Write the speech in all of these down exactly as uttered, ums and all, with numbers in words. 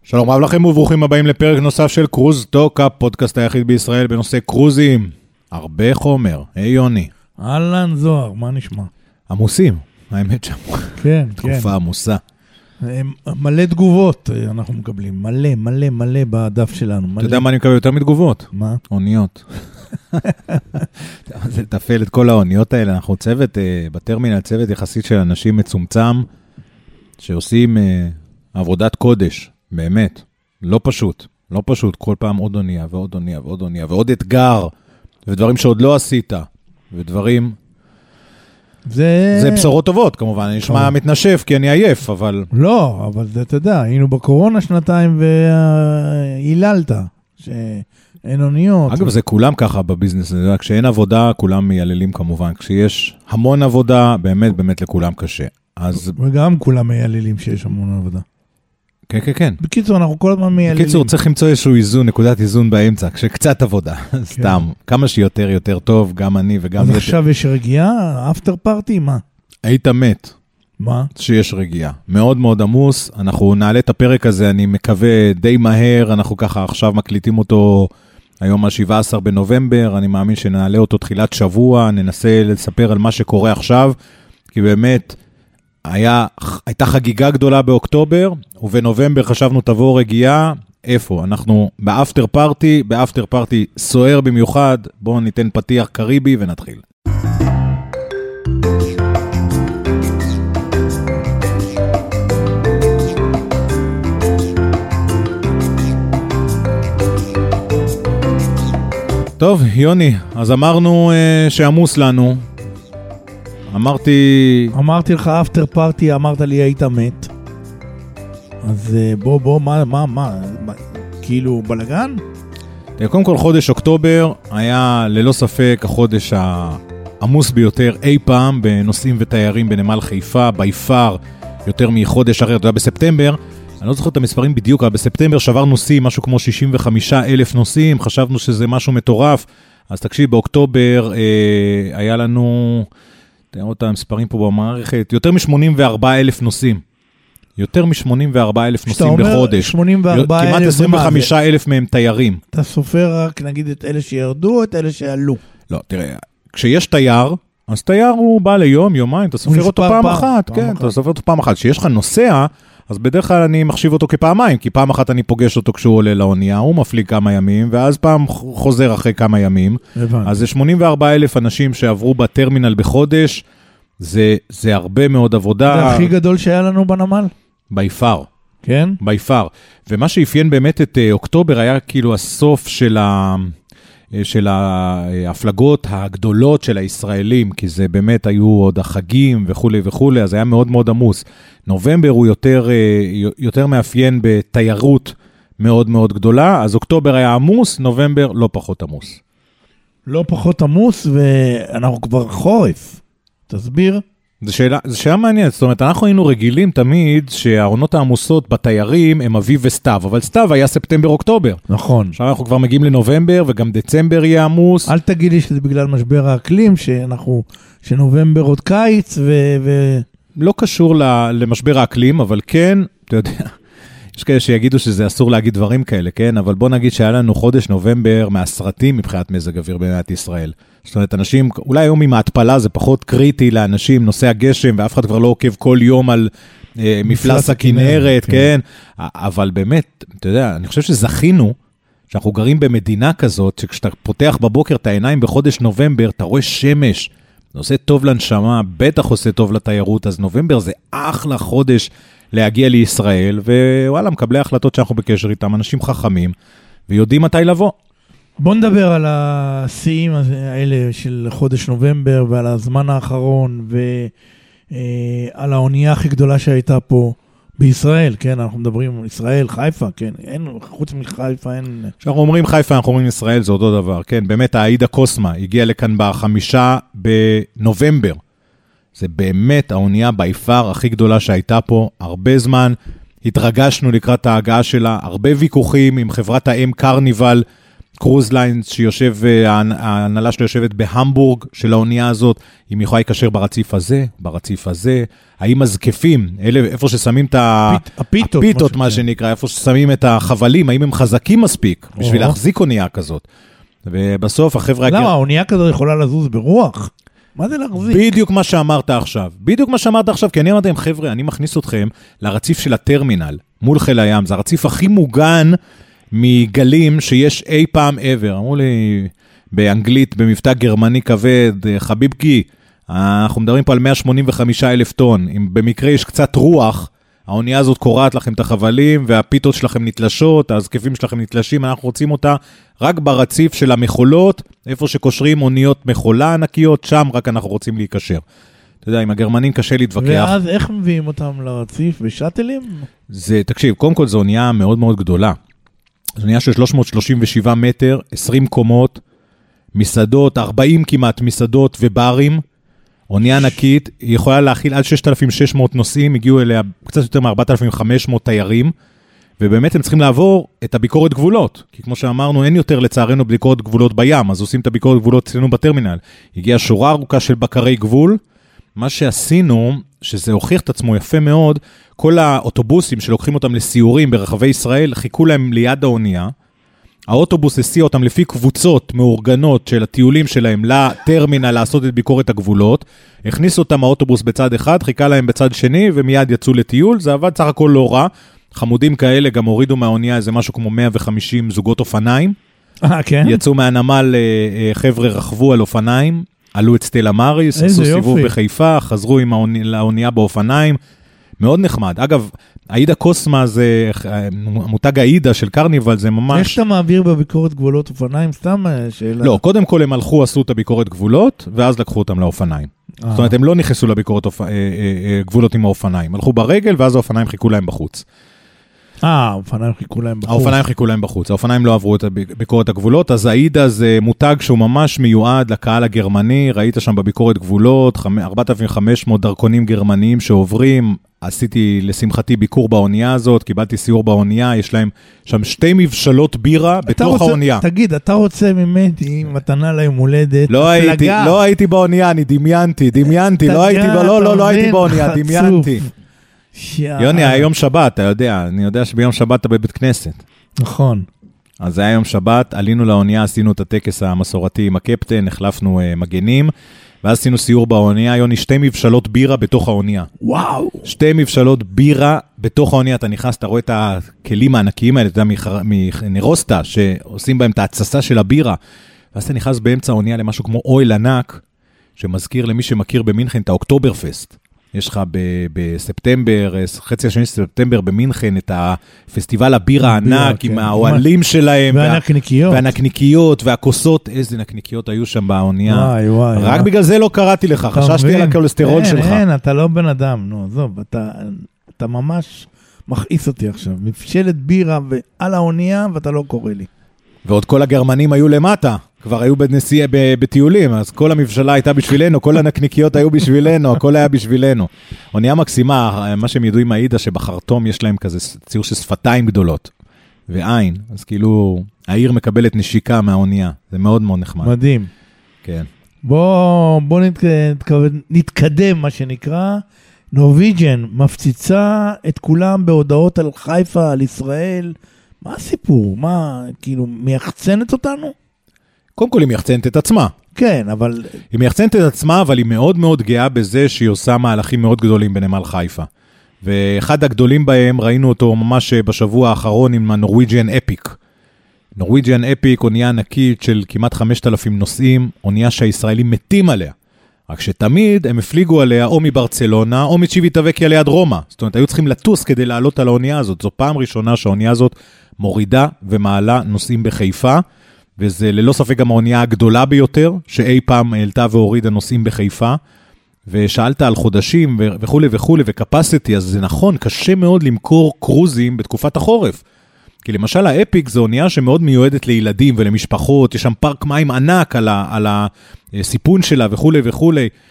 שלום רב לכם וברוכים הבאים לפרק נוסף של קרוז טוק, הפודקאסט היחיד בישראל בנושא קרוזים. הרבה חומר. היי יוני. אהלן זוהר, מה נשמע? עמוסים, האמת שם. כן, תקופה כן. עמוסה. מלא תגובות אנחנו מקבלים, מלא, מלא, מלא בדף שלנו. אתה יודע מה אני מקבל יותר מתגובות? מה? אוניות. זה לטפל את כל האוניות האלה. אנחנו צוות, בטרמינל צוות יחסית של אנשים מצומצם, שעושים עבודת קודש. באמת, לא פשוט, לא פשוט, כל פעם עוד אונייה ועוד אונייה ועוד אונייה ועוד אתגר, ודברים שעוד לא עשית, ודברים... זה... זה בשורות טובות, כמובן, אני נשמע מתנשף כי אני עייף, אבל... לא, אבל זה, אתה יודע, היינו בקורונה שנתיים והיללת, שאין אוניות. אגב, זה כולם ככה בביזנס, כשאין עבודה, כולם מייללים כמובן, כשיש המון עבודה, באמת, באמת לכולם קשה. אז... וגם כולם מייללים שיש המון עבודה. כן, כן, כן. בקיצור, אנחנו כל הזמן מייללים. בקיצור, צריך למצוא איזשהו איזון, נקודת איזון באמצע, כשקצת עבודה, סתם. כמה שיותר יותר טוב, גם אני וגם... אז עכשיו יש רגיעה? אפטר פארטי? מה? היית מת. מה? שיש רגיעה. מאוד מאוד עמוס. אנחנו נעלה את הפרק הזה, אני מקווה די מהר, אנחנו ככה עכשיו מקליטים אותו היום ה-שבעה עשר בנובמבר, אני מאמין שנעלה אותו תחילת שבוע, ננסה לספר על מה שקורה עכשיו, כי באמת... היה, הייתה חגיגה גדולה באוקטובר, ובנובמבר חשבנו תבוא רגיעה, איפה? אנחנו באפטר פארטי, באפטר פארטי סוער במיוחד, בואו ניתן פתיח קריבי ונתחיל. טוב, יוני, אז אמרנו uh, שעמוס לנו, אמרתי... אמרתי לך אפטר פארטי, אמרת לי היית מת. אז בוא, בוא, מה, מה, מה, כאילו בלגן? קודם כל חודש אוקטובר היה ללא ספק החודש העמוס ביותר אי פעם בנוסעים ותיירים בנמל חיפה, ביפר יותר מחודש אחר, אתה יודע, בספטמבר, אני לא זוכר את המספרים בדיוק, אבל בספטמבר שבר נוסעים, משהו כמו שישים וחמישה אלף נוסעים, חשבנו שזה משהו מטורף, אז תקשיב, באוקטובר אה, היה לנו... תראו את המספרים פה במערכת, יותר מ-שמונים וארבעה אלף נוסעים. יותר מ-שמונים וארבעה אלף נוסעים בחודש. שמונים וארבעה אלף כמעט עשרים וחמישה אלף מהם תיירים. אתה סופר רק, נגיד, את אלה שירדו, את אלה שעלו. לא, תראה, כשיש תייר, אז תייר הוא בא ליום, יומיים, אתה סופר אותו פעם אחת. כן, אתה סופר אותו פעם אחת. כשיש לך נוסע, אז בדרך כלל אני מחשיב אותו כפעמיים, כי פעם אחת אני פוגש אותו כשהוא עולה לאונייה, הוא מפליג כמה ימים, ואז פעם חוזר אחרי כמה ימים. אז זה שמונים וארבעה אלף אנשים שעברו בטרמינל בחודש, זה, זה הרבה מאוד עבודה. זה הכי גדול שהיה לנו בנמל? ביפר. כן? ביפר. ומה שאפיין באמת את אוקטובר היה כאילו הסוף של ה... של ההפלגות הגדולות של הישראלים, כי זה באמת היו עוד החגים וכו' וכו', אז היה מאוד מאוד עמוס. נובמבר הוא יותר, יותר מאפיין בתיירות מאוד מאוד גדולה, אז אוקטובר היה עמוס, נובמבר לא פחות עמוס. לא פחות עמוס, ואנחנו כבר חורף. תסביר. זו שאלה, זו שאלה מעניינת, זאת אומרת, אנחנו היינו רגילים תמיד שהעונות העמוסות בתיירים הם אביב וסתיו, אבל סתיו היה ספטמבר-אוקטובר. נכון. עכשיו אנחנו כבר מגיעים לנובמבר, וגם דצמבר יהיה עמוס. אל תגיד לי שזה בגלל משבר האקלים, שאנחנו, שנובמבר עוד קיץ, ו... ו... לא קשור למשבר האקלים, אבל כן, אתה יודע, יש כאלה שיגידו שזה אסור להגיד דברים כאלה, כן? אבל בוא נגיד שהיה לנו חודש נובמבר מהסרטים מבחינת מזג אוויר במדינת ישראל. זאת אומרת, אנשים, אולי היום עם ההתפלה זה פחות קריטי לאנשים, נושא הגשם, ואף אחד כבר לא עוקב כל יום על אה, מפלס הכנרת, כן. כן? אבל באמת, אתה יודע, אני חושב שזכינו, שאנחנו גרים במדינה כזאת, שכשאתה פותח בבוקר את העיניים בחודש נובמבר, אתה רואה שמש, זה עושה טוב לנשמה, בטח עושה טוב לתיירות, אז נובמבר זה אחלה חודש להגיע לישראל, ווואלה, מקבלי ההחלטות שאנחנו בקשר איתם, אנשים חכמים, ויודעים מתי לבוא. בוא נדבר על השיאים האלה של חודש נובמבר, ועל הזמן האחרון, ועל האונייה הכי גדולה שהייתה פה בישראל, כן? אנחנו מדברים על ישראל, חיפה, כן? אין, חוץ מחיפה אין... כשאנחנו אומרים חיפה, אנחנו אומרים ישראל, זה אותו דבר, כן? באמת, האידה קוסמה הגיעה לכאן בחמישה בנובמבר. זה באמת האונייה ביפר הכי גדולה שהייתה פה, הרבה זמן, התרגשנו לקראת ההגעה שלה, הרבה ויכוחים עם חברת האם קרניבל, קרוז ליין שיושב, ההנהלה שלו יושבת בהמבורג של האונייה הזאת, אם יכולה להיקשר ברציף הזה, ברציף הזה, האם הזקפים, אלה, איפה ששמים את הפיתות, הפיתות מה שנקרא, איפה ששמים את החבלים, האם הם חזקים מספיק, בשביל להחזיק אונייה כזאת. ובסוף החבר'ה... למה, האונייה כזאת יכולה לזוז ברוח? מה זה להחזיק? בדיוק מה שאמרת עכשיו, בדיוק מה שאמרת עכשיו, כי אני אמרתי להם, חבר'ה, אני מכניס אתכם לרציף של הטרמינל, מול חיל הים, זה הרציף הכי מוגן מגלים שיש אי פעם ever. אמרו לי באנגלית, במבטא גרמני כבד, חביבקי, אנחנו מדברים פה על מאה שמונים וחמישה אלף טון, אם במקרה יש קצת רוח, האונייה הזאת קוראת לכם את החבלים, והפיתות שלכם נתלשות, הזקפים שלכם נתלשים, אנחנו רוצים אותה רק ברציף של המחולות, איפה שקושרים אוניות מחולה ענקיות, שם רק אנחנו רוצים להיקשר. אתה יודע, עם הגרמנים קשה להתווכח. ואז איך מביאים אותם לרציף? בשאטלים? זה, תקשיב, קודם כל זו אונייה מאוד מאוד גדולה. זו אונייה של שלוש מאות שלושים ושבעה מטר, עשרים קומות, מסעדות, ארבעים כמעט מסעדות וברים, אונייה ענקית, היא יכולה להכיל עד שישת אלפים ושש מאות נוסעים, הגיעו אליה קצת יותר מ-ארבעת אלפים וחמש מאות תיירים, ובאמת הם צריכים לעבור את הביקורת גבולות, כי כמו שאמרנו, אין יותר לצערנו ביקורת גבולות בים, אז עושים את הביקורת גבולות אצלנו בטרמינל. הגיעה שורה ארוכה של בקרי גבול, מה שעשינו, שזה הוכיח את עצמו יפה מאוד, כל האוטובוסים שלוקחים אותם לסיורים ברחבי ישראל, חיכו להם ליד האונייה, האוטובוס הסיע אותם לפי קבוצות מאורגנות של הטיולים שלהם לטרמינל לעשות את ביקורת הגבולות, הכניסו אותם האוטובוס בצד אחד, חיכה להם בצד שני, ומיד יצאו לטיול, זה עבד סך הכל לא רע, חמודים כאלה גם הורידו מהאונייה איזה משהו כמו מאה וחמישים זוגות אופניים, אה, כן? יצאו מהנמל, חבר'ה רכבו על אופניים, עלו את סטלה מאריס, עשו סיבוב בחיפה, חזרו עם האונייה באופניים, מאוד נחמד. אגב, האידה קוסמה זה, המותג האידה של קרניבל זה ממש... איך אתה מעביר בביקורת גבולות אופניים? סתם שאלה. לא, קודם כל הם הלכו, עשו את הביקורת גבולות, ואז לקחו אותם לאופניים. זאת אומרת, הם לא נכנסו לביקורת גבולות עם האופניים, הלכו ברגל, ואז האופניים חיכו להם בחוץ. אה, האופניים חיכו להם בחוץ. האופניים חיכו להם בחוץ, האופניים לא עברו את ביקורת הגבולות, אז האידה זה מותג שהוא ממש מיועד לקהל הגרמני, ראית שם בביקורת גבולות, ארבעת אלפים וחמש מאות דרכונים גרמניים שעוברים, עשיתי לשמחתי ביקור באונייה הזאת, קיבלתי סיור באונייה, יש להם שם שתי מבשלות בירה בתוך האונייה. תגיד, אתה רוצה ממני מתנה ליום הולדת, לא הייתי, לא הייתי באונייה, אני דמיינתי, דמיינתי, לא הייתי, לא, לא, לא הייתי באונייה, דמיינתי. יוני, היה יום שבת, אתה יודע, אני יודע שביום שבת אתה בבית כנסת. נכון. אז זה היה יום שבת, עלינו לאונייה, עשינו את הטקס המסורתי עם הקפטן, החלפנו uh, מגנים, ואז עשינו סיור באונייה, יוני, שתי מבשלות בירה בתוך האונייה. וואו. שתי מבשלות בירה בתוך האונייה, אתה נכנס, אתה רואה את הכלים הענקיים האלה, אתה יודע, מנרוסטה, שעושים בהם את ההצסה של הבירה, ואז אתה נכנס באמצע האונייה למשהו כמו אוהל ענק, שמזכיר למי שמכיר במינכן את האוקטוברפסט. יש לך בספטמבר, חצי השני של ספטמבר במינכן, את הפסטיבל הבירה הענק, עם האוהלים שלהם. והנקניקיות. והנקניקיות, והכוסות, איזה נקניקיות היו שם באונייה. וואי, וואי. רק בגלל זה לא קראתי לך, חששתי על הכולסטרול שלך. אין, אין, אתה לא בן אדם, נו, עזוב, אתה ממש מכעיס אותי עכשיו. מבשלת בירה ועל האונייה, ואתה לא קורא לי. ועוד כל הגרמנים היו למטה. כבר היו בנסיעה, בטיולים, אז כל המבשלה הייתה בשבילנו, כל הנקניקיות היו בשבילנו, הכל היה בשבילנו. אונייה מקסימה, מה שהם ידעו עם האידה, שבחרטום יש להם כזה ציור של שפתיים גדולות, ועין, אז כאילו, העיר מקבלת נשיקה מהאונייה, זה מאוד מאוד נחמד. מדהים. כן. בוא, בוא נתקדם, נתקדם, מה שנקרא, נורוויג'ן מפציצה את כולם בהודעות על חיפה, על ישראל, מה הסיפור? מה, כאילו, מייחצנת אותנו? קודם כל היא מייחצנת את עצמה. כן, אבל... היא מייחצנת את עצמה, אבל היא מאוד מאוד גאה בזה שהיא עושה מהלכים מאוד גדולים בנמל חיפה. ואחד הגדולים בהם, ראינו אותו ממש בשבוע האחרון עם הנורוויג'יאן אפיק. נורוויג'יאן אפיק, אונייה ענקית של כמעט חמשת אלפים נוסעים, אונייה שהישראלים מתים עליה. רק שתמיד הם הפליגו עליה או מברצלונה, או מצ'יוויטאבקיה ליד רומא. זאת אומרת, היו צריכים לטוס כדי לעלות על האונייה הזאת. זו פעם ראשונה שהאונייה הזאת מורידה ומעלה נוסעים בחיפה, וזה ללא ספק גם האונייה הגדולה ביותר, שאי פעם העלתה והורידה נוסעים בחיפה, ושאלת על חודשים וכו' וכו' וקפסיטי, אז זה נכון, קשה מאוד למכור קרוזים בתקופת החורף. כי למשל האפיק זו אונייה שמאוד מיועדת לילדים ולמשפחות, יש שם פארק מים ענק על, ה, על הסיפון שלה וכו' וכו',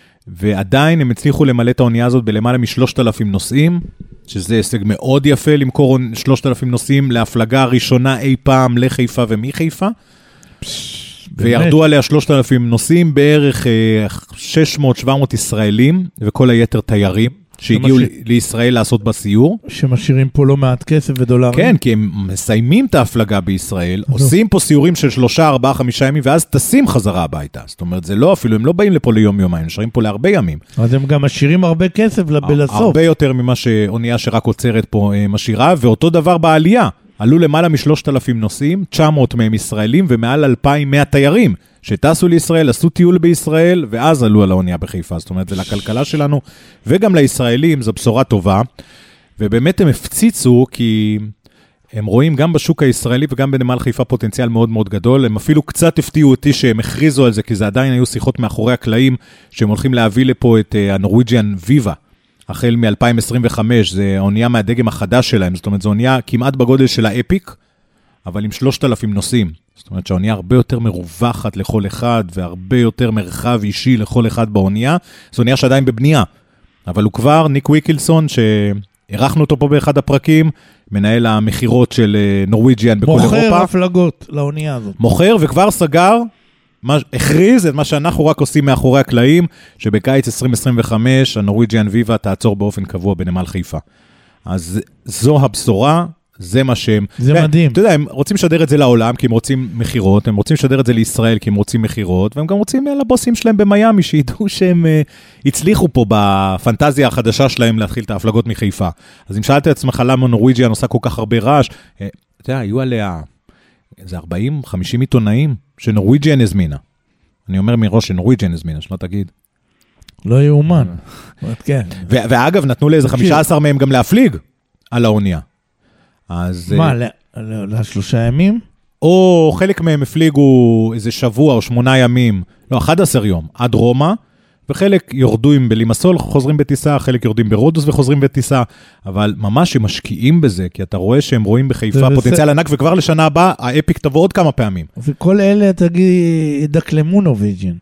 ועדיין הם הצליחו למלא את האונייה הזאת בלמעלה משלושת אלפים נוסעים, שזה הישג מאוד יפה למכור שלושת אלפים נוסעים להפלגה הראשונה אי פעם לחיפה ומחיפה, וירדו עליה שלושת אלפים נוסעים, בערך שש מאות שבע מאות ישראלים, וכל היתר תיירים, שהגיעו לישראל לעשות בסיור. שמשאירים פה לא מעט כסף ודולרים. כן, כי הם מסיימים את ההפלגה בישראל, עושים פה סיורים של שלושה, ארבעה, חמישה ימים, ואז טסים חזרה הביתה. זאת אומרת, זה לא אפילו, הם לא באים לפה ליום יומיים, הם נשארים פה להרבה ימים. אז הם גם משאירים הרבה כסף לסוף. הרבה יותר ממה שאונייה שרק עוצרת פה משאירה, ואותו דבר בעלייה. עלו למעלה משלושת אלפים נוסעים, תשע מאות מהם ישראלים, ומעל אלפיים ומאה תיירים, שטסו לישראל, עשו טיול בישראל, ואז עלו על האונייה בחיפה. זאת אומרת, זה לכלכלה שלנו, וגם לישראלים, זו בשורה טובה. ובאמת הם הפציצו, כי הם רואים גם בשוק הישראלי, וגם בנמל חיפה פוטנציאל מאוד מאוד גדול. הם אפילו קצת הפתיעו אותי שהם הכריזו על זה, כי זה עדיין היו שיחות מאחורי הקלעים, שהם הולכים להביא לפה את הנורוויג'יאן ויבה. החל מ-אלפיים עשרים וחמש, זה האונייה מהדגם החדש שלהם, זאת אומרת, זו אונייה כמעט בגודל של האפיק, אבל עם שלושת אלפים נוסעים. זאת אומרת, שהאונייה הרבה יותר מרווחת לכל אחד, והרבה יותר מרחב אישי לכל אחד באונייה. זו אונייה שעדיין בבנייה, אבל הוא כבר, ניק ויקילסון, שערכנו אותו פה באחד הפרקים, מנהל המחירות של נורוויג'יאן בכל אירופה. מוכר הפלגות לאונייה הזאת. מוכר וכבר סגר, מה, הכריז את מה שאנחנו רק עושים מאחורי הקלעים, שבקיץ עשרים עשרים וחמש, הנורוויג'יאן ויבה תעצור באופן קבוע בנמל חיפה. אז זו הבשורה, זה מה שהם... זה ו- מדהים. אתה יודע, הם רוצים לשדר את זה לעולם, כי הם רוצים מחירות, הם רוצים לשדר את זה לישראל, כי הם רוצים מחירות, והם גם רוצים לבוסים שלהם במיימי, שידעו שהם uh, הצליחו פה בפנטזיה החדשה שלהם להתחיל את ההפלגות מחיפה. אז אם שאלת את עצמך למה נורוויג'יאן עושה כל כך הרבה רעש, uh, אתה יודע, היו עליה... זה ארבעים חמישים עיתונאים שנורוויג'יאן הזמינה. אני אומר מראש שנורוויג'יאן הזמינה, שלא תגיד. לא יאומן. כן. ואגב, נתנו לאיזה חמישה עשר מהם גם להפליג על האונייה. אז... מה, לשלושה ימים? או חלק מהם הפליגו איזה שבוע או שמונה ימים, לא, אחד עשר יום, עד רומא, וחלק יורדו עם בלימסול, חוזרים בטיסה, חלק יורדים ברודוס וחוזרים בטיסה, אבל ממש הם משקיעים בזה, כי אתה רואה שהם רואים בחיפה פוטנציאל ענק, וכבר לשנה הבאה, האפיק תבוא עוד כמה פעמים. וכל אלה, תגיד, ידקלמו נורוויג'יאן.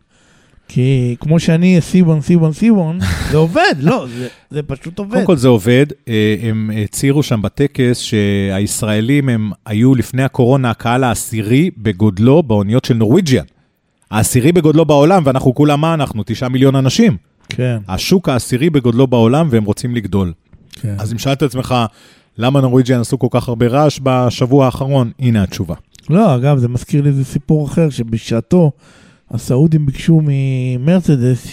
כי כמו שאני, סיבון, סיבון, סיבון, זה עובד, לא, זה, זה פשוט עובד. קודם כל זה עובד, הם ציירו שם בטקס שהישראלים הם היו לפני הקורונה הקהל העשירי בגודלו באוניות של נורוויג'יאן. העשירי בגודלו בעולם, ואנחנו כולה מה אנחנו? תשעה מיליון אנשים. כן. השוק העשירי בגודלו בעולם, והם רוצים לגדול. כן. אז אם שאלת את עצמך, למה נורוויג'יאן עשו כל כך הרבה רעש בשבוע האחרון? הנה התשובה. לא, אגב, זה מזכיר לי איזה סיפור אחר, שבשעתו הסעודים ביקשו ממרצדס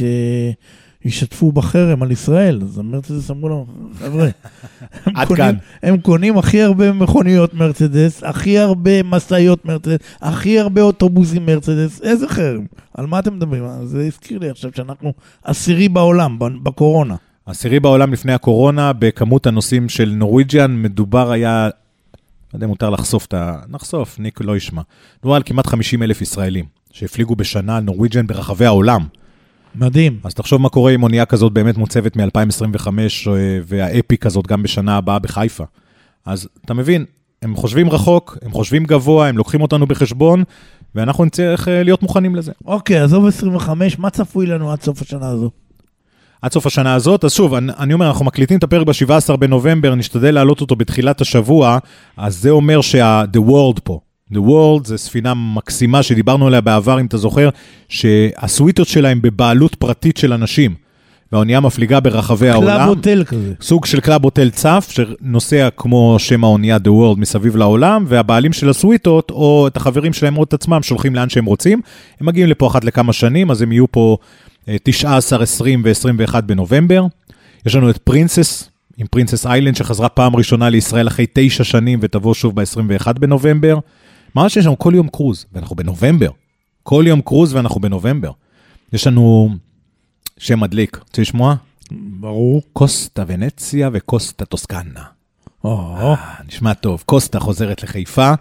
שישתפו בחרם על ישראל, אז המרצדס אמרו לו, חבר'ה, עד כאן. הם קונים הכי הרבה מכוניות מרצדס, הכי הרבה מסעיות מרצדס, הכי הרבה אוטובוסים מרצדס, איזה חרם? על מה אתם מדברים? זה הזכיר לי עכשיו שאנחנו עשירי בעולם, בקורונה. עשירי בעולם לפני הקורונה, בכמות הנוסעים של נורוויג'יאן, מדובר היה, לא יודע, מותר לחשוף את ה... נחשוף, ניק לא ישמע. מדובר על כמעט חמישים אלף ישראלים, שהפליגו בשנה נורוויג'יאן ברחבי העולם. מדהים. אז תחשוב מה קורה עם אונייה כזאת באמת מוצבת מ-אלפיים עשרים וחמש, והאפיק כזאת גם בשנה הבאה בחיפה. אז אתה מבין, הם חושבים רחוק, הם חושבים גבוה, הם לוקחים אותנו בחשבון, ואנחנו נצטרך להיות מוכנים לזה. אוקיי, עזוב עשרים וחמש, מה צפוי לנו עד סוף השנה הזו? עד סוף השנה הזאת, אז שוב, אני, אני אומר, אנחנו מקליטים את הפרק ב-שבעה עשר בנובמבר, נשתדל להעלות אותו בתחילת השבוע, אז זה אומר שה-The World פה, The World זה ספינה מקסימה שדיברנו עליה בעבר, אם אתה זוכר, שהסוויטות שלהם בבעלות פרטית של אנשים, והאונייה מפליגה ברחבי העולם. קלאב הוטל כזה. סוג של קלאב הוטל צף, שנוסע כמו שם האונייה The World מסביב לעולם, והבעלים של הסוויטות, או את החברים שלהם או את עצמם, שולחים לאן שהם רוצים. הם מגיעים לפה אחת לכמה שנים, אז הם יהיו פה תשע עשרה, עשרים ו-עשרים ואחת בנובמבר. יש לנו את פרינסס, עם פרינסס איילנד, שחזרה פעם ראשונה לישראל אחרי תשע שנים, ותבוא שוב ב-עשרים ואחת בנובמבר. ממש יש לנו כל יום קרוז, ואנחנו בנובמבר. כל יום קרוז ואנחנו בנובמבר. יש לנו שם מדליק. רוצה לשמוע? ברור. קוסטה ונציה וקוסטה טוסקנה. או. נשמע טוב. קוסטה חוזרת לחיפה.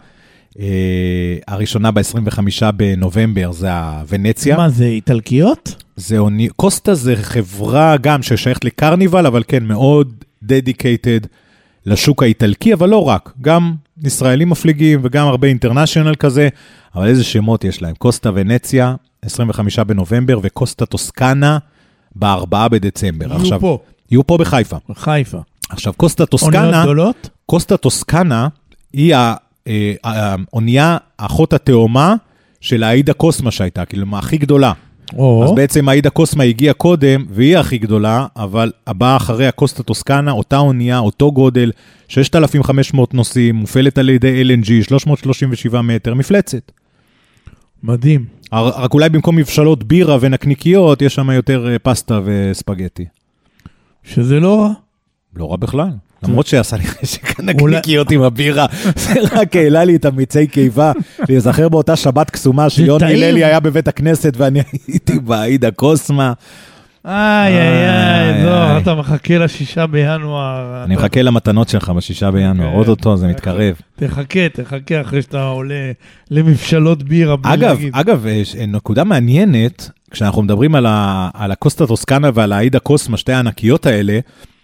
הראשונה ב-עשרים וחמישה בנובמבר זה הוונציה. מה זה, איטלקיות? זה אוני... קוסטה זה חברה גם ששייכת לקרניבל, אבל כן, מאוד dedicated לשוק האיטלקי, אבל לא רק. גם ישראלים מפליגים וגם הרבה אינטרנשיונל כזה, אבל איזה שמות יש להם? קוסטה ונציה, עשרים וחמישה בנובמבר, וקוסטה טוסקנה, בארבעה בדצמבר. יהיו עכשיו, פה. יהיו פה בחיפה. בחיפה. עכשיו, קוסטה טוסקנה... אוניות גדולות? קוסטה טוסקנה היא האונייה, האחות התאומה, של האידה קוסמה שהייתה, כאילו, מה הכי גדולה. או. אז בעצם האידה קוסמה הגיעה קודם, והיא הכי גדולה, אבל הבאה אחרי הקוסטה טוסקנה, אותה אונייה, אותו גודל, ששת אלפים וחמש מאות נוסעים, מופעלת על ידי אל אן ג'י, שלוש מאות שלושים ושבעה מטר, מפלצת. מדהים. רק אולי במקום מבשלות בירה ונקניקיות, יש שם יותר פסטה וספגטי. שזה לא רע. לא רע בכלל. למרות שעשה לי חשק הנקניקיות עם הבירה, זה רק העלה לי את המיצי קיבה, להיזכר באותה שבת קסומה, שיון היללי היה בבית הכנסת, ואני הייתי באידה קוסמה. איי, איי, איי, זו, אתה מחכה לשישה בינואר. אני מחכה למתנות שלך בשישה בינואר, עוד אותו, זה מתקרב. תחכה, תחכה אחרי שאתה עולה למבשלות בירה. אגב, אגב, נקודה מעניינת, כשאנחנו מדברים על הקוסטה טוסקנה ועל האידה קוסמה, שתי הענקיות האלה,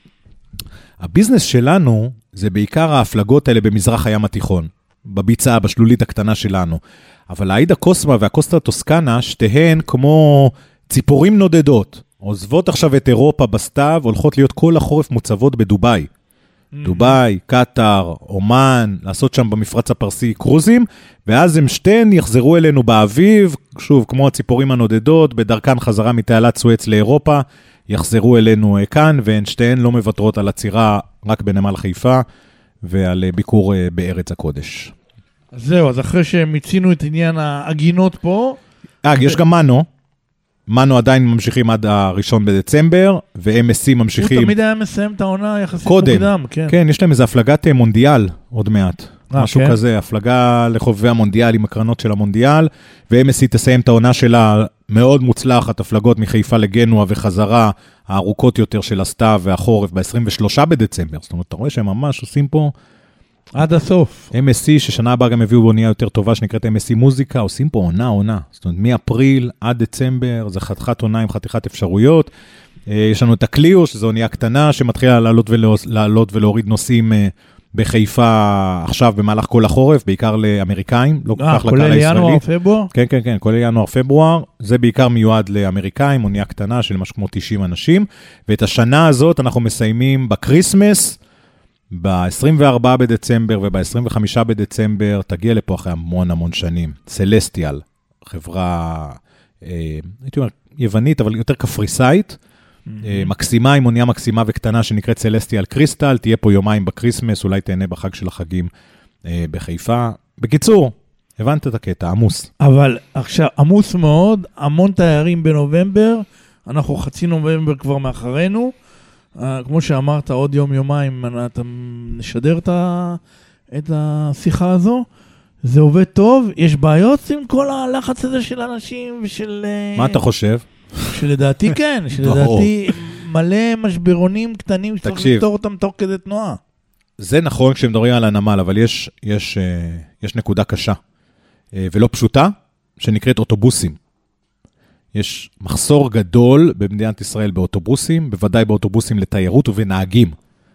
הביזנס שלנו זה בעיקר ההפלגות האלה במזרח הים התיכון, בביצה, בשלולית הקטנה שלנו. אבל האידה קוסמה והקוסטה טוסקנה, שתיהן כמו ציפורים נודדות, עוזבות עכשיו את אירופה בסתיו, הולכות להיות כל החורף מוצבות בדוביי. Mm-hmm. דוביי, קטר, אומן, לעשות שם במפרץ הפרסי קרוזים, ואז הם שתיהן יחזרו אלינו באביב, שוב, כמו הציפורים הנודדות, בדרכן חזרה מתעלת סואץ לאירופה, יחזרו אלינו כאן, והן שתיהן לא מוותרות על הצירה רק בנמל חיפה, ועל ביקור בארץ הקודש. אז זהו, אז אחרי שמיצינו את עניין ההגינות פה... אה, יש גם מנו. מנו עדיין ממשיכים עד הראשון בדצמבר, ו-אם אס סי ממשיכים... הוא תמיד היה מסיים את העונה יחסית קודם. מוקדם, כן. כן, יש להם איזו הפלגת מונדיאל עוד מעט. משהו כזה, הפלגה לחובבי המונדיאל עם הקרנות של המונדיאל, ו-אם אס סי תסיים את העונה שלה מאוד מוצלחת, הפלגות מחיפה לגנוע וחזרה, הארוכות יותר של הסתיו והחורף, ב-עשרים ושלושה בדצמבר. זאת אומרת, אתה רואה שהם ממש עושים פה... עד הסוף. אם אס סי, ששנה הבאה גם הביאו בעונה יותר טובה, שנקראת אם אס סי מוזיקה, עושים פה עונה, עונה. זאת אומרת, מאפריל עד דצמבר, זה חתיכת עונה עם חתיכת אפשרויות. יש לנו את הקליו, שזו עונה קטנה, שמתחילה לעלות, ולא, לעלות ולהוריד נוסעים בחיפה עכשיו במהלך כל החורף, בעיקר לאמריקאים, לא כל כך לקהל הישראלי. כולל ינואר, פברואר? כן, כן, כן, כולל ינואר, פברואר. זה בעיקר מיועד לאמריקאים, עונה קטנה של משהו כמו תשעים אנשים. ואת השנה הזאת אנחנו מסיימים בקריסמס, ב-עשרים וארבעה בדצמבר וב-עשרים וחמישה בדצמבר, תגיע לפה אחרי המון המון שנים. סלסטיאל, חברה, אה, הייתי אומר, יוונית, אבל יותר קפריסאית, מקסימה, עם אונייה מקסימה וקטנה שנקראת סלסטיאל קריסטל, תהיה פה יומיים בקריסמס, אולי תהנה בחג של החגים אה, בחיפה. בקיצור, הבנת את הקטע, עמוס. אבל עכשיו, עמוס מאוד, המון תיירים בנובמבר, אנחנו חצי נובמבר כבר מאחרינו, uh, כמו שאמרת, עוד יום יומיים אתה נשדר את, ה, את השיחה הזו, זה עובד טוב, יש בעיות עם כל הלחץ הזה של אנשים ושל... מה אתה חושב? שלדעתי כן, שלדעתי מלא משברונים קטנים שצריך לפתור אותם תוך כדי תנועה. זה נכון כשמדברים על הנמל, אבל יש, יש, יש נקודה קשה ולא פשוטה, שנקראת אוטובוסים. יש מחסור גדול במדינת ישראל באוטובוסים, בוודאי באוטובוסים לתיירות ובנהגים.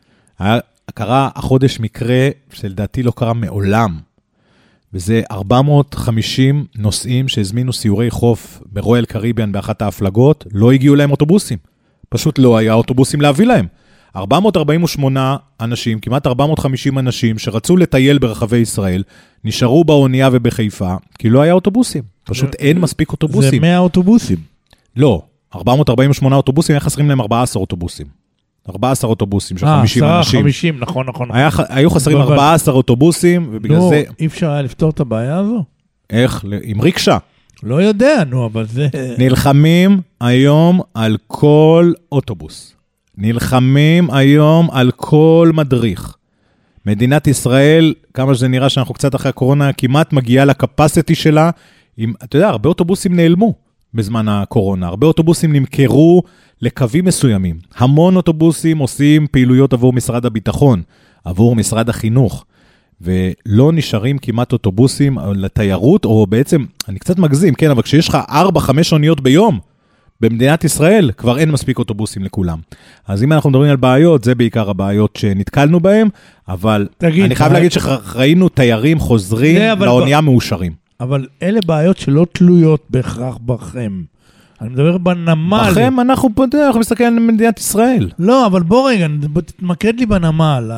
קרה החודש מקרה שלדעתי לא קרה מעולם, וזה ארבע מאות וחמישים נוסעים שהזמינו סיורי חוף ברויאל קריביאן באחת ההפלגות, לא הגיעו להם אוטובוסים. פשוט לא היה אוטובוסים להביא להם. ארבע מאות ארבעים ושמונה אנשים, כמעט ארבע מאות וחמישים אנשים שרצו לטייל ברחבי ישראל, נשארו באונייה ובחיפה, כי לא היה אוטובוסים. פשוט אין מספיק אוטובוסים. זה מאה אוטובוסים. לא, ארבע מאות ארבעים ושמונה אוטובוסים, היה חסרים להם ארבעה עשר אוטובוסים. ארבעה עשר אוטובוסים של חמישים אנשים. עשרה, חמישים, נכון, נכון. היו חסרים ארבעה עשר אוטובוסים, ובגלל זה... אי אפשר היה לפתור את הבעיה הזו? איך? עם ריקשה. לא יודע, נו, אבל זה... נלחמים היום על כל אוטובוס. נלחמים היום על כל מדריך. מדינת ישראל, כמה שזה נראה שאנחנו קצת אחרי הקורונה, כמעט מגיעה לקפסיטי שלה, עם, אתה יודע, הרבה אוטובוסים נעלמו בזמן הקורונה, הרבה אוטובוסים נמכרו לקווים מסוימים. המון אוטובוסים עושים פעילויות עבור משרד הביטחון, עבור משרד החינוך, ולא נשארים כמעט אוטובוסים לתיירות, או בעצם, אני קצת מגזים, כן, אבל כשיש לך ארבע, חמש אוניות ביום, במדינת ישראל כבר אין מספיק אוטובוסים לכולם. אז אם אנחנו מדברים על בעיות, זה בעיקר הבעיות שנתקלנו בהם, אבל תגיד, אני חייב להגיד שראינו תיירים חוזרים לאונייה מאושרים. אבל אלה בעיות שלא תלויות בהכרח בכם. אני מדבר בנמל. בכם אנחנו פה, אנחנו מסתכל על מדינת ישראל. לא, אבל בוא רגע, תתמקד לי בנמל,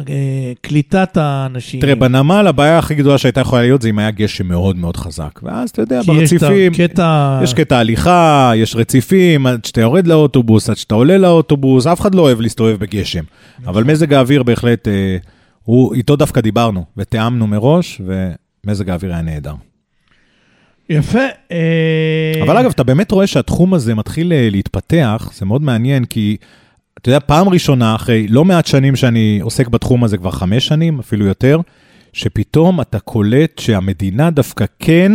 קליטת האנשים. תראה, בנמל הבעיה הכי גדולה שהייתה יכולה להיות, זה אם היה גשם מאוד מאוד חזק. ואז אתה יודע, ברציפים, יש קטע הליכה, יש רציפים, עד שאתה יורד לאוטובוס, עד שאתה עולה לאוטובוס, אף אחד לא אוהב להסתובב בגשם. אבל מזג האוויר בהחלט, הוא, איתו דווקא דיברנו, ותאמנו מראש, ומזג האוויר היה נהדר. יפה. אבל אגב, אתה באמת רואה שהתחום הזה מתחיל להתפתח, זה מאוד מעניין, כי אתה יודע, פעם ראשונה, אחרי לא מעט שנים שאני עוסק בתחום הזה, כבר חמש שנים, אפילו יותר, שפתאום אתה קולט שהמדינה דווקא כן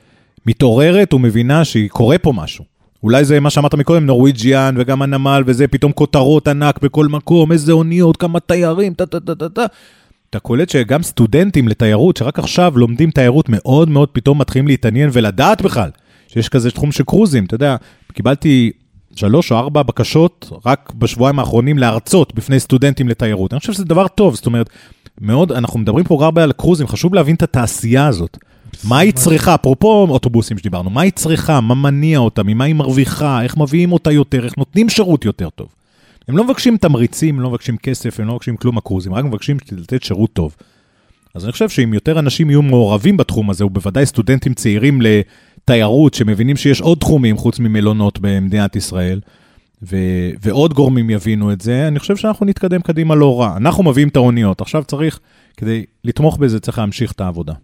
מתעוררת ומבינה שהיא קורה פה משהו. אולי זה מה שאמרת מקודם, נורוויג'יאן וגם הנמל, וזה פתאום כותרות ענק בכל מקום, איזה אוניות, כמה תיירים, תה, תה, תה, תה, תה. אתה קולט שגם סטודנטים לתיירות, שרק עכשיו לומדים תיירות מאוד מאוד, פתאום מתחילים להתעניין ולדעת בכלל, שיש כזה תחום של קרוזים, אתה יודע, קיבלתי שלוש או ארבע בקשות, רק בשבועיים האחרונים להרצות בפני סטודנטים לתיירות. אני חושב שזה דבר טוב, זאת אומרת, מאוד, אנחנו מדברים פה הרבה על קרוזים, חשוב להבין את התעשייה הזאת. מה היא צריכה, אפרופו אוטובוסים שדיברנו, מה היא צריכה, מה מניע אותה, ממה היא מרוויחה, איך מביאים אותה יותר, איך נותנים שירות יותר טוב. הם לא מבקשים תמריצים, הם לא מבקשים כסף, הם לא מבקשים כלום הקרוזים, רק מבקשים לתת שירות טוב. אז אני חושב שאם יותר אנשים יהיו מעורבים בתחום הזה, ובוודאי סטודנטים צעירים לתיירות, שמבינים שיש עוד תחומים חוץ ממלונות במדינת ישראל, ו- ועוד גורמים יבינו את זה, אני חושב שאנחנו נתקדם קדימה לא רע. אנחנו מביאים את האוניות, עכשיו צריך, כדי לתמוך בזה, צריך להמשיך את העבודה.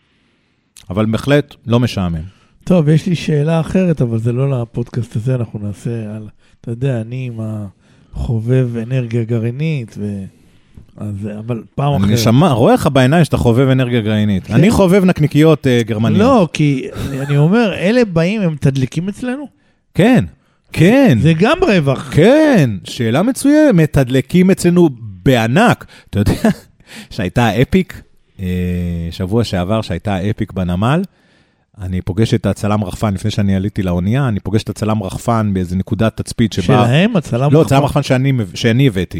אבל בהחלט לא משעמם. טוב, יש לי שאלה אחרת, אבל זה לא לפודקאסט הזה, אנחנו נעשה על, אתה יודע, אני עם החובב אנרגיה גרעינית, ו... אז, אבל פעם אחרת. אני שמע, רואה לך בעיניים שאתה חובב אנרגיה גרעינית. אני חובב נקניקיות גרמניות. לא, כי אני אומר, אלה באים, הם תדליקים אצלנו? כן, כן. זה גם רווח. כן, שאלה מצוינת, מתדלקים אצלנו בענק. אתה יודע, שהייתה אפיק, שבוע שעבר שהייתה אפיק בנמל, אני פוגש את הצלם רחפן, לפני שאני עליתי לאונייה, אני פוגש את הצלם רחפן באיזו נקודת תצפית שבה... שלהם, הצלם רחפן? לא, הצלם רחפן שאני, שאני הבאתי.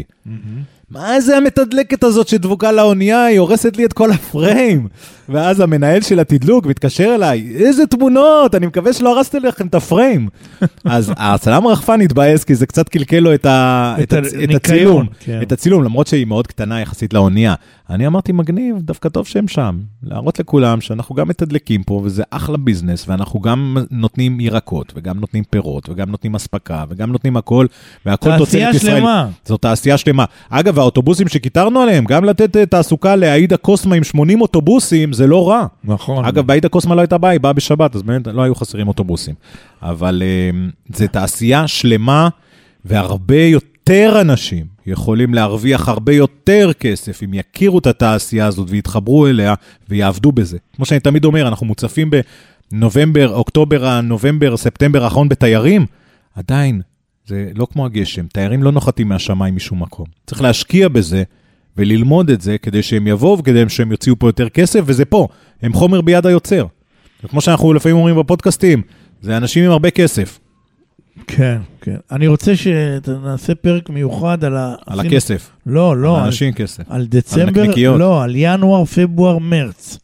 מה זה המתדלקת הזאת שדבוקה לאונייה? היא הורסת לי את כל הפריים. ואז המנהל של התדלוק מתקשר אליי, איזה תמונות, אני מקווה שלא הרסתי לכם את הפריים. אז הצלם רחפן התבאס, כי זה קצת קלקל לו את, ה... את, הצ... את הצילום. כן. את הצילום, למרות שהיא מאוד קטנה יחסית לאונייה. אני אמרתי, מגניב, דווקא טוב שהם שם. להראות לכולם שאנחנו גם מתדלקים פה, וזה אחלה ביזנס, ואנחנו גם נותנים ירקות, וגם נותנים פירות, וגם נותנים הספקה, וגם נותנים הכל, והכל תוצרת ישראל. שלמה. זו תעשייה שלמה. אגב, האוטובוסים שכיתרנו עליהם, גם לתת תעסוקה לעידה קוסמה עם שמונים אוטובוסים, זה לא רע. נכון. אגב, בעידה קוסמה לא הייתה באה, היא באה בשבת, אז באמת לא היו חסרים אוטובוסים. אבל זה תעשייה שלמה, והרבה יותר אנשים יכולים להרוויח הרבה יותר כסף, אם יכירו את התעשייה הזאת ויתחברו אליה ויעבדו בזה. כמו שאני תמיד אומר, אנחנו מוצפים בנובמבר, אוקטובר, נובמבר, ספטמבר האחרון בתיירים, עדיין, זה לא כמו הגשם, תיירים לא נוחתים מהשמיים משום מקום. צריך להשקיע בזה וללמוד את זה, כדי שהם יבואו וכדי שהם יוציאו פה יותר כסף, וזה פה, הם חומר ביד היוצר. וכמו שאנחנו לפעמים אומרים בפודקאסטים, זה אנשים עם הרבה כסף. כן, כן. אני רוצה שנעשה פרק מיוחד על ה... על הכסף. לא, לא. על אנשים כסף. על דצמבר, לא, על ינואר, פברואר, מרץ.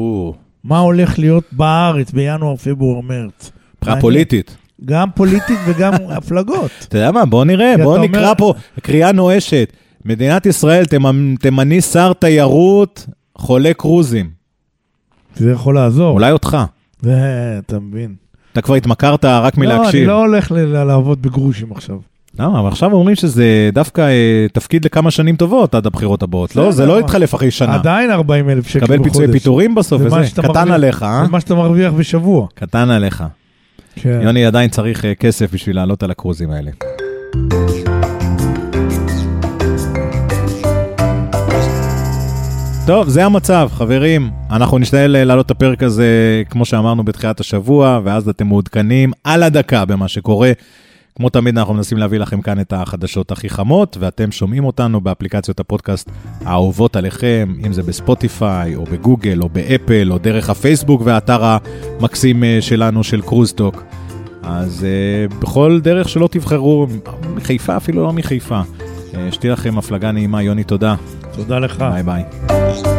מה הולך להיות בארץ בינואר, פברואר, מרץ? בחירה פוליטית. גם פוליטית וגם הפלגות. אתה יודע מה, בוא נראה, בוא נקרא פה, קריאה נואשת. מדינת ישראל תמני שר תיירות חולה קרוזים. זה יכול לעזור. אולי אותך. זה, אתה מבין. אתה כבר התמכרת רק מלהקשיב. לא, אני לא הולך לעבוד בגרושים עכשיו. לא, אבל עכשיו אומרים שזה דווקא תפקיד לכמה שנים טובות עד הבחירות הבאות. לא, זה לא יתחלף אחרי שנה. עדיין ארבעים אלף שקל בחודש. קבל פיצוי פיטורים בסוף, וזה קטן עליך, אה? זה מה שאתה מרוויח בשבוע. קטן עליך. יוני עדיין צריך כסף בשביל לעלות על הקרוזים האלה. טוב, זה המצב, חברים. אנחנו נשתדל לעלות את הפרק הזה, כמו שאמרנו, בתחילת השבוע, ואז אתם מעודכנים על הדקה במה שקורה. כמו תמיד, אנחנו מנסים להביא לכם כאן את החדשות הכי חמות, ואתם שומעים אותנו באפליקציות הפודקאסט האהובות עליכם, אם זה בספוטיפיי, או בגוגל, או באפל, או דרך הפייסבוק, והאתר המקסים שלנו של קרוזטוק. אז uh, בכל דרך שלא תבחרו, מחיפה אפילו לא מחיפה. Uh, שתהיה לכם הפלגה נעימה, יוני, תודה. תודה לך. ביי ביי.